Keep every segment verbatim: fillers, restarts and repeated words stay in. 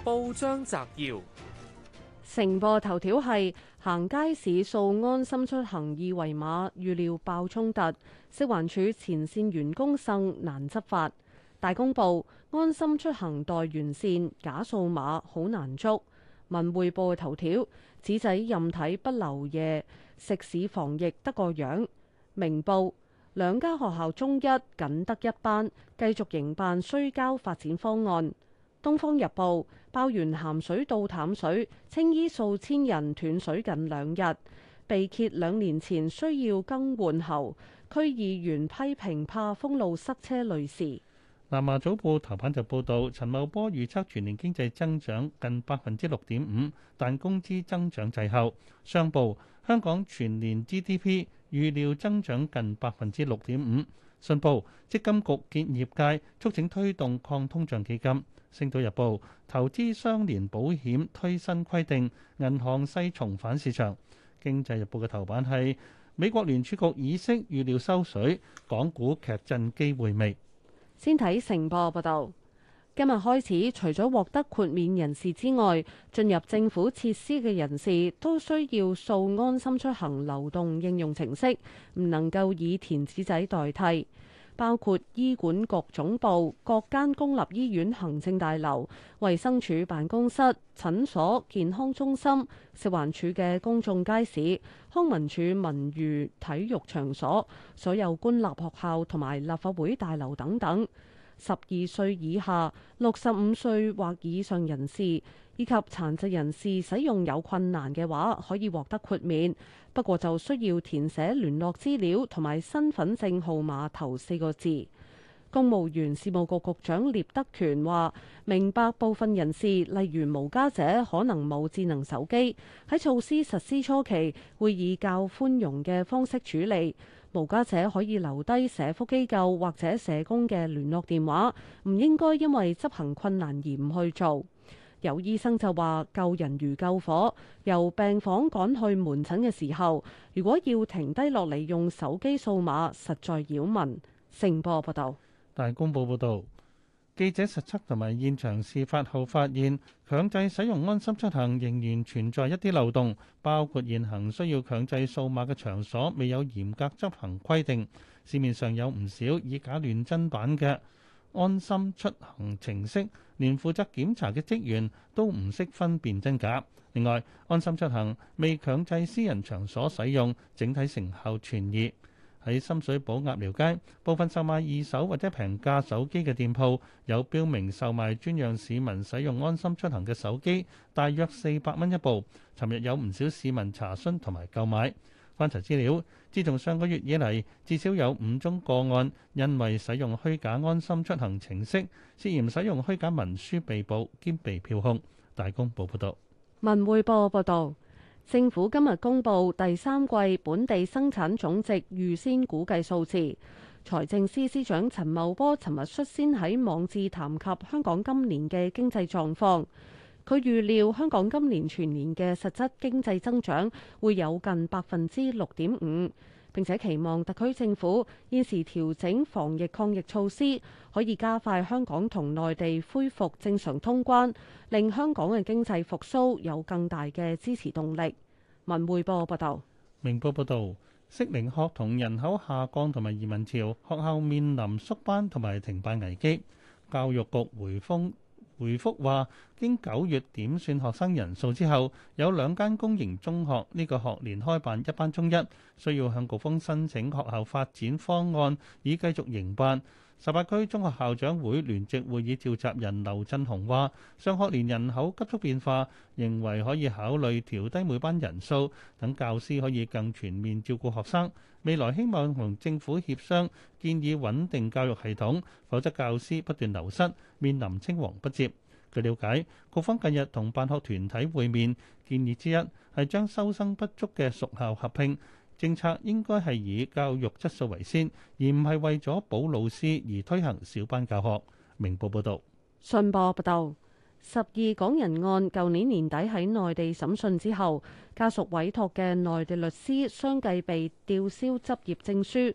報章摘要： 成報頭條係行街市掃安心出行二維碼，預料爆衝突，食環署前線員工呻難執法。大公報安心出行待完善，假掃碼好難捉。文匯報嘅頭條：紙仔任睇不留夜，食肆防疫得個樣。明報兩家學校中一僅得一班，繼續營辦需交發展方案。東方日報爆完鹹水到淡水，青衣數千人斷水近兩日，被揭兩年前需要更換喉，區議員批評怕封路塞車累事。 南華早報頭版就報導，陳茂波預測全年經濟增長近百分之六點五，但工資增長滯後。商報香港全年 G D P 預料增長近百分之六點五。信報積金局建業界促請推動抗通脹基金。星島日報投資相連保險推新規定，銀行勢重返市場。經濟日報嘅頭版係美國聯儲局議息預料收水，港股劇震機會未？ 先睇成報報道，今日開始，除咗獲得豁免人士之外，進入政府設施嘅人士都需要掃安心出行流動應用程式，唔能夠以填紙仔代替。包括醫管局總部、各間公立醫院行政大樓、衛生署辦公室、診所、健康中心、食環署嘅公眾街市、康文署文娛體育場所、所有官立學校同埋立法會大樓等等。十二歲以下、六十五歲或以上人士以及殘疾人士使用有困難嘅話，可以獲得豁免。不過就需要填寫聯絡資料同埋身份證號碼頭四個字。公務員事務局局長聶德權話：明白部分人士，例如無家者，可能冇智能手機，喺措施實施初期會以較寬容嘅方式處理。無家者可以留低社福機構或者社工嘅聯絡電話，唔應該因為執行困難而唔去做。有醫生就話：救人如救火，由病房趕去門診嘅時候，如果要停低落嚟用手機掃碼，實在擾民。成報報道。 大公報報導，記者實測同埋現場視察後發現，強制使用安心出行仍然存在一啲漏洞，包括現行需要強制掃碼嘅場所未有嚴格執行規定，市面上有唔少以假亂真版嘅安心出行程式，連負責檢查嘅職員都唔識分辨真假。另外，安心出行未強制私人場所使用，整體成效存疑。喺深水埗鴨寮街，部分售賣二手或者平價手機嘅店鋪有標明售賣專讓市民使用安心出行嘅手機，大約四百蚊一部。尋日有唔少市民查詢同埋購買。翻查資料，自從上個月以嚟，至少有五宗個案因為使用虛假安心出行程式，涉嫌使用虛假文書被捕兼被票控。大公報報道。 文匯報報道。政府今日公布第三季本地生產總值預先估計數字。財政司司長陳茂波尋日率先喺網誌談及香港今年嘅經濟狀況。佢預料香港今年全年嘅實質經濟增長會有近百分之六點五，並且期望特區政府現時調整防疫抗疫措施，可以加快香港同內地恢復正常通關，令香港嘅經濟復甦有更大嘅支持動力。文匯報報道。 明報報導，適齡學童人口下降同埋移民潮，學校面臨縮班同埋停辦危機。教育局回覆回覆話，經九月點算學生人數之後，有兩間公營中學呢個學年開辦一班中一，需要向局方申請學校發展方案，以繼續營辦。十八區中學校長會聯席會議召集人劉振雄話：上學年人口急速變化，認為可以考慮調低每班人數，等教師可以更全面照顧學生。未來希望同政府協商，建議穩定教育系統，否則教師不斷流失，面臨青黃不接。據了解，局方近日同辦學團體會面，建議之一係將收生不足嘅屬校合併。政策應該係以教育質素為先，而唔係為咗保老師而推行小班教學。明報報導。 信報報導，十二港人案舊年年底喺內地審訊之後，家屬委託嘅內地律師相繼被吊銷執業證書。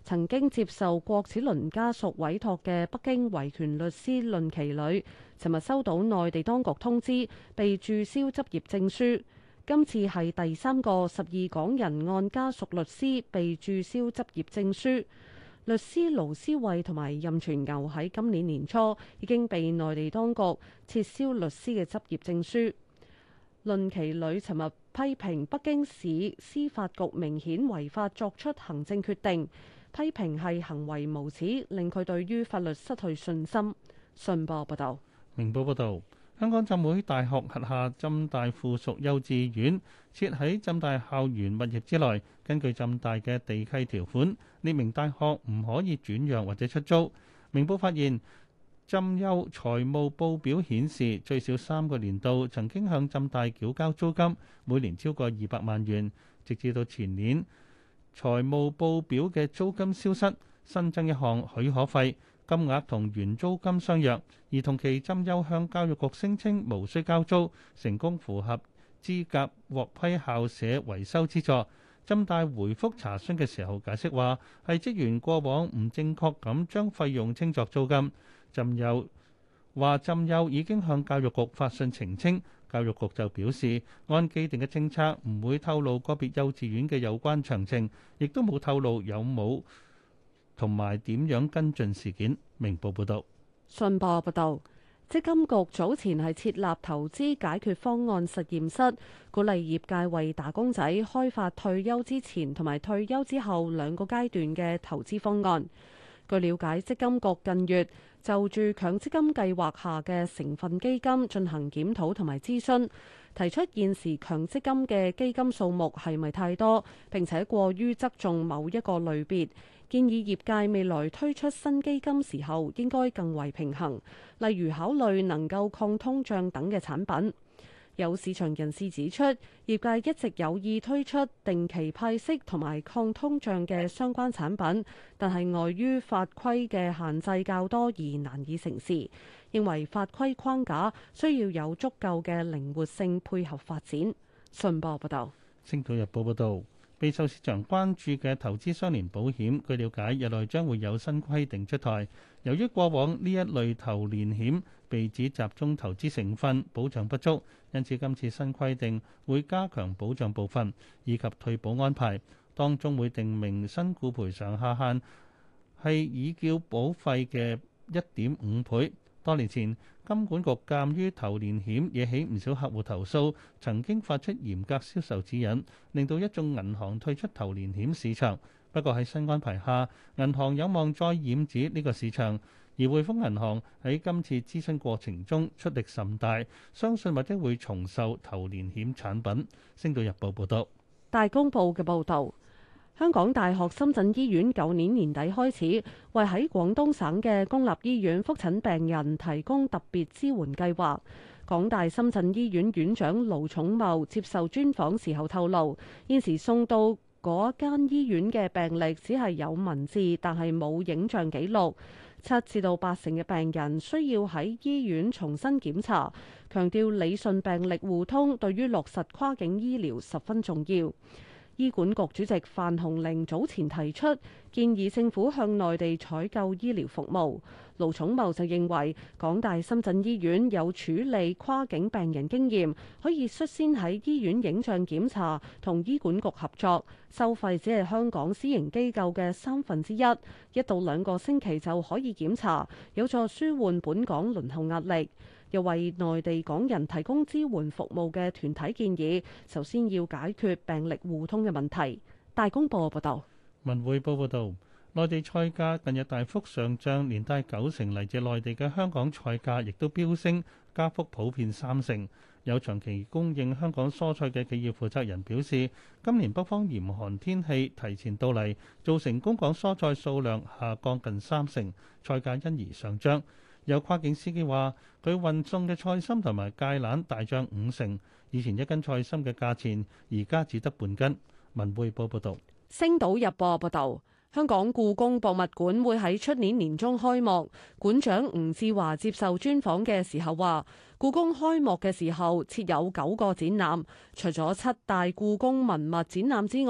曾經接受郭子麟家屬委託嘅北京維權律師論其磊，尋日收到內地當局通知，被註銷執業證書。今次係第三個十二港人案家屬律師被註銷執業證書。律師盧思慧同埋任全牛喺今年年初已經被內地當局撤銷律師嘅執業證書。論其磊尋日批評北京市司法局明顯違法作出行政決定，批評係行為無恥，令佢對於法律失去信心。信報報道。 明報報導，香港浸會大學轄下浸大附屬幼稚園設喺浸大校園物業之內，根據浸大嘅地契條款，列明大學唔可以轉讓或者出租。明報發現，浸幼財務報表顯示，最少三個年度曾經向浸大繳交租金，每年超過二百萬元。直至到前年，財務報表嘅租金消失，新增一項許可費，金額同原租金相若。而同期浸幼向教育局聲稱無需交租，成功符合資格獲批校舍維修資助。浸大回覆查詢嘅時候解釋話，係職員過往唔正確咁將費用稱作租金。浸幼話浸幼已經向教育局發信澄清，教育局就表示按既定嘅政策唔會透露個別幼稚園嘅有關詳情，亦都冇透露有冇同埋點樣跟進事件。明報報道。 信報報道，積金局早前係設立投資解決方案實驗室，鼓勵業界為打工仔開發退休之前同埋退休之後兩個階段嘅投資方案。據了解，積金局近月就住強積金計劃下嘅成分基金進行檢討同埋諮詢，提出現時強積金嘅基金數目係咪太多，並且過於側重某一個類別，建議業界未來推出新基金時候應該更為平衡，例如考慮能夠抗通脹等嘅產品。有市場人士指出，業界一直有意推出定期派息同埋抗通脹嘅相關產品，但係礙於法規嘅限制較多而難以成事，認為法規框架需要有足夠嘅靈活性配合發展。信報報道。 《星島日報》報道，備受市場關注嘅投資相連保險，據了解日內將會有新規定出台。由於過往呢一類投連險被指集中投資成分，保障不足，因此今次新規定會加強保障部分以及退保安排，當中會定明身故賠償下限係已繳保費嘅一點五倍。多年前，金管局鑑於投連險惹起唔少客戶投訴，曾經發出嚴格銷售指引，令到一眾銀行退出投連險市場。不過喺新安排下，銀行有望再染指呢個市場。而匯豐銀行喺今次諮詢過程中出力甚大，相信或者會重售投連險產品。星島日報報道。 大公報嘅報導。香港大學深圳醫院舊年年底開始為喺廣東省嘅公立醫院覆診病人提供特別支援計劃。港大深圳醫院院長盧寵茂接受專訪時候透露，現時送到嗰間醫院嘅病歷只係有文字，但係冇影像記錄。七至到八成嘅病人需要喺醫院重新檢查，強調理順病歷互通對於落實跨境醫療十分重要。醫管局主席范鴻齡早前提出建議，政府向內地採購醫療服務。盧寵茂就認為，港大深圳醫院有處理跨境病人經驗，可以率先喺醫院影像檢查，同醫管局合作，收費只係香港私營機構嘅三分之一，一到兩個星期就可以檢查，有助舒緩本港輪候壓力。又為內地港人提供支援服務嘅團體建議，首先要解決病歷互通嘅問題。大公報報道。 文匯報報道，內地菜價近日大幅上漲，連帶九成嚟自內地嘅香港菜價亦都飆升，加幅普遍三成。有長期供應香港蔬菜嘅企業負責人表示，今年北方嚴寒天氣提前到嚟，造成供港蔬菜數量下降近三成，菜價因而上漲。有跨境司機話，佢運送嘅菜心同埋芥蘭大漲五成，以前一斤菜心嘅價錢，而家只得半斤。文匯報報道。 星島日報報道，香港故宮博物館會喺出年年中開幕。館長吳志華接受專訪嘅時候話，故宮開幕嘅時候設有九個展覽，除咗七大故宮文物展覽之外，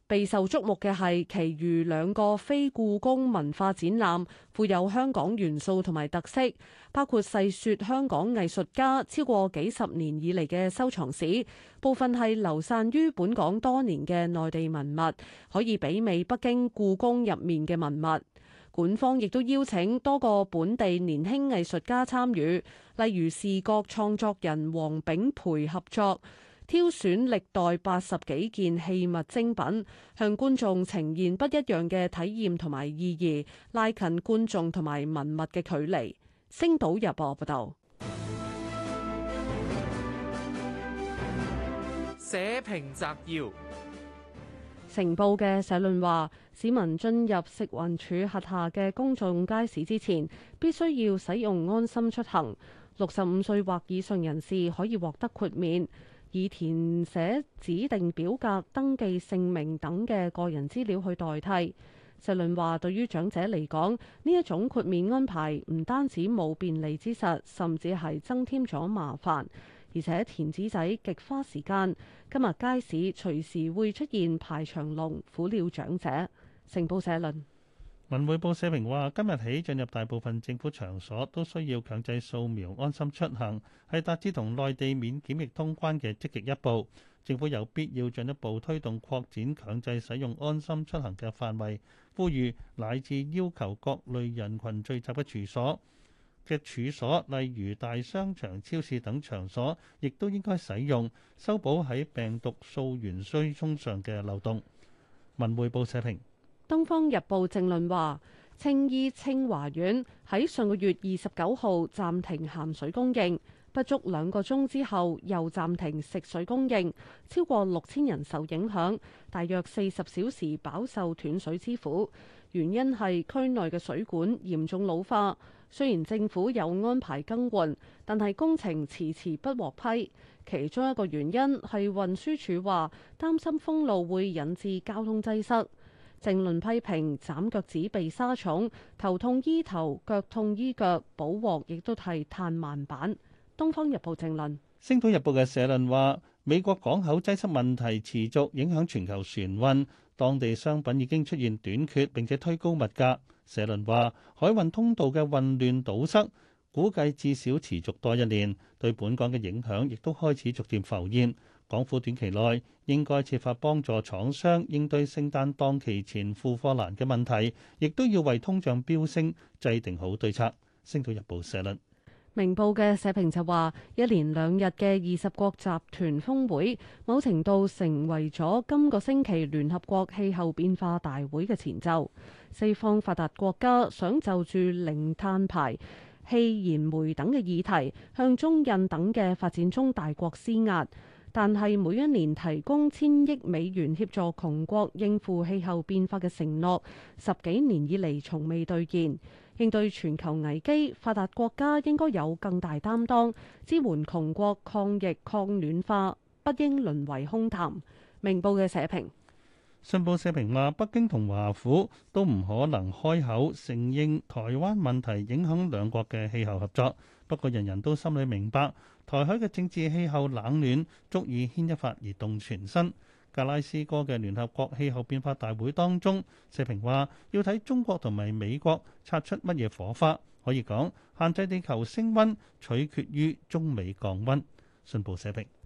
備受矚目嘅係，其餘兩個非故宮文化展覽富有香港元素同埋特色，包括細説香港藝術家超過幾十年以嚟嘅收藏史，部分係流散於本港多年嘅內地文物，可以媲美北京故宮入面嘅文物。館方亦都邀請多個本地年輕藝術家參與，例如視覺創作人黃炳培合作，挑選歷代八十幾件器物精品，向觀眾呈現不一樣嘅體驗同埋意義，拉近觀眾同埋文物嘅距離。星島日報報道。 社評摘要。 成報嘅社論話，市民進入食環署轄下嘅公眾街市之前，必須要使用安心出行。六十五歲或以上人士可以獲得豁免，以填寫指定表格、登記姓名等嘅個人資料去代替。社論話，對於長者嚟講，呢一種豁免安排唔單止冇便利之實，甚至係增添咗麻煩。而且填紙仔極花時間，今日街市隨時會出現排長龍，苦了長者。成報社論。 文匯報社評話：今日起進入大部分政府場所都需要強制掃描安心出行，係達至同內地免檢疫通關嘅積極一步。政府有必要進一步推動擴展強制使用安心出行嘅範圍，呼籲乃至要求各類人群聚集嘅處所嘅處所，例如大商場、超市等場所，亦都應該使用，修補喺病毒溯源追蹤上嘅漏洞。文匯報社評。《 東方日報》正論話，青衣清華苑喺上個月二十九號暫停鹹水供應，不足兩個鐘之後又暫停食水供應，超過六千人受影響，大約四十小時飽受斷水之苦。原因係區內嘅水管嚴重老化。雖然政府有安排更換，但係工程遲遲不獲批。其中一個原因係運輸署話擔心封路會引致交通擠塞。政論批評斬腳趾避沙蟲，頭痛醫頭，腳痛醫腳，補鑊亦都係嘆慢板。《東方日報》正論。《 星島日報》嘅社論話，美國港口擠塞問題持續影響全球船運，當地商品已經出現短缺，並且推高物價。社論話，海運通道嘅混亂堵塞，估計至少持續多一年，對本港嘅影響亦都開始逐漸浮現。港府短期內應該設法幫助廠商應對聖誕檔期前付貨難嘅問題，亦都要為通脹飆升制定好對策。星島日報社論。 明報嘅社評就話，一連兩日嘅二十國集團峰會，某程度成為咗今個星期聯合國氣候變化大會嘅前奏。西方發達國家想就住零碳排、氣燃煤等嘅議題，向中印等嘅發展中大國施壓，但係每一年提供千億美元協助窮國應付氣候變化嘅承諾，十幾年以嚟從未兌現。應對全球危機，發達國家應該有更大擔當，支援窮國抗疫抗暖化，不應淪為空談。明報嘅社評。 信報社評話，北京同華府都唔可能開口承認台灣問題影響兩國嘅氣候合作。不過人人都心裏明白，台海嘅政治氣候冷暖足以牽一髮而動全身。格拉斯哥嘅聯合國氣候變化大會當中，社評話要睇中國同埋美國擦出乜嘢火花。可以講，限制地球升溫取決於中美降溫。信報社評。